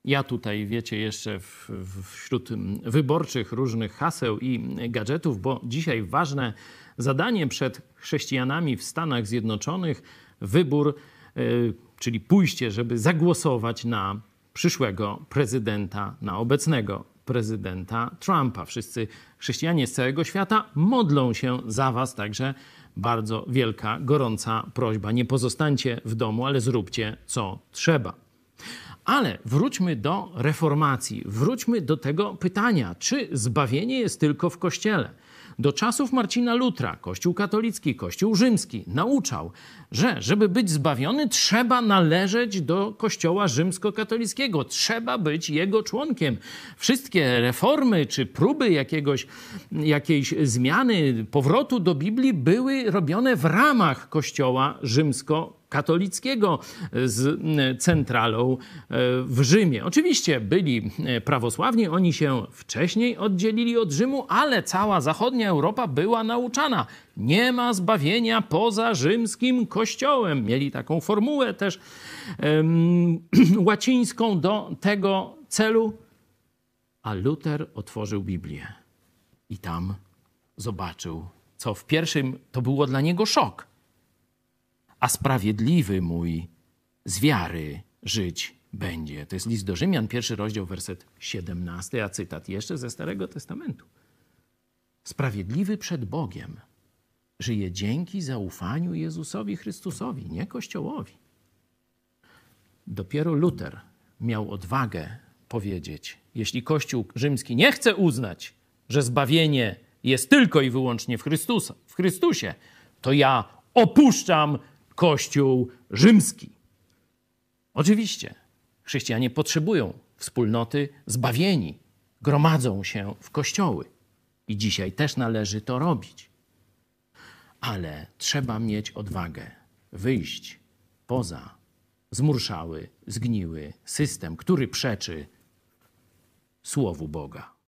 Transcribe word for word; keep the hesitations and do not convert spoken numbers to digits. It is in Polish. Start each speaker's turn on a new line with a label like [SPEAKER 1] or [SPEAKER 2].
[SPEAKER 1] Ja tutaj, wiecie, jeszcze w, w, wśród wyborczych różnych haseł i gadżetów, bo dzisiaj ważne zadanie przed chrześcijanami w Stanach Zjednoczonych, wybór, yy, czyli pójście, żeby zagłosować na przyszłego prezydenta, na obecnego prezydenta Trumpa. Wszyscy chrześcijanie z całego świata modlą się za was, także bardzo wielka, gorąca prośba. Nie pozostańcie w domu, ale zróbcie, co trzeba. Ale wróćmy do reformacji, wróćmy do tego pytania, czy zbawienie jest tylko w Kościele? Do czasów Marcina Lutra Kościół katolicki, Kościół rzymski nauczał, że żeby być zbawiony, trzeba należeć do Kościoła rzymskokatolickiego, trzeba być jego członkiem. Wszystkie reformy czy próby jakiegoś, jakiejś zmiany, powrotu do Biblii były robione w ramach Kościoła rzymskokatolickiego z centralą w Rzymie. Oczywiście byli prawosławni, oni się wcześniej oddzielili od Rzymu, ale cała zachodnia Europa była nauczana. Nie ma zbawienia poza rzymskim kościołem. Mieli taką formułę też um, łacińską do tego celu. A Luter otworzył Biblię i tam zobaczył, co w pierwszym to było dla niego szok. A sprawiedliwy mój z wiary żyć będzie. To jest list do Rzymian, pierwszy rozdział, werset siedemnasty, a cytat jeszcze ze Starego Testamentu. Sprawiedliwy przed Bogiem żyje dzięki zaufaniu Jezusowi Chrystusowi, nie Kościołowi. Dopiero Luter miał odwagę powiedzieć, jeśli Kościół rzymski nie chce uznać, że zbawienie jest tylko i wyłącznie w, Chrystusa, w Chrystusie, to ja opuszczam Kościół rzymski. Oczywiście chrześcijanie potrzebują wspólnoty, zbawieni, gromadzą się w kościoły i dzisiaj też należy to robić. Ale trzeba mieć odwagę wyjść poza zmurszały, zgniły system, który przeczy Słowu Boga.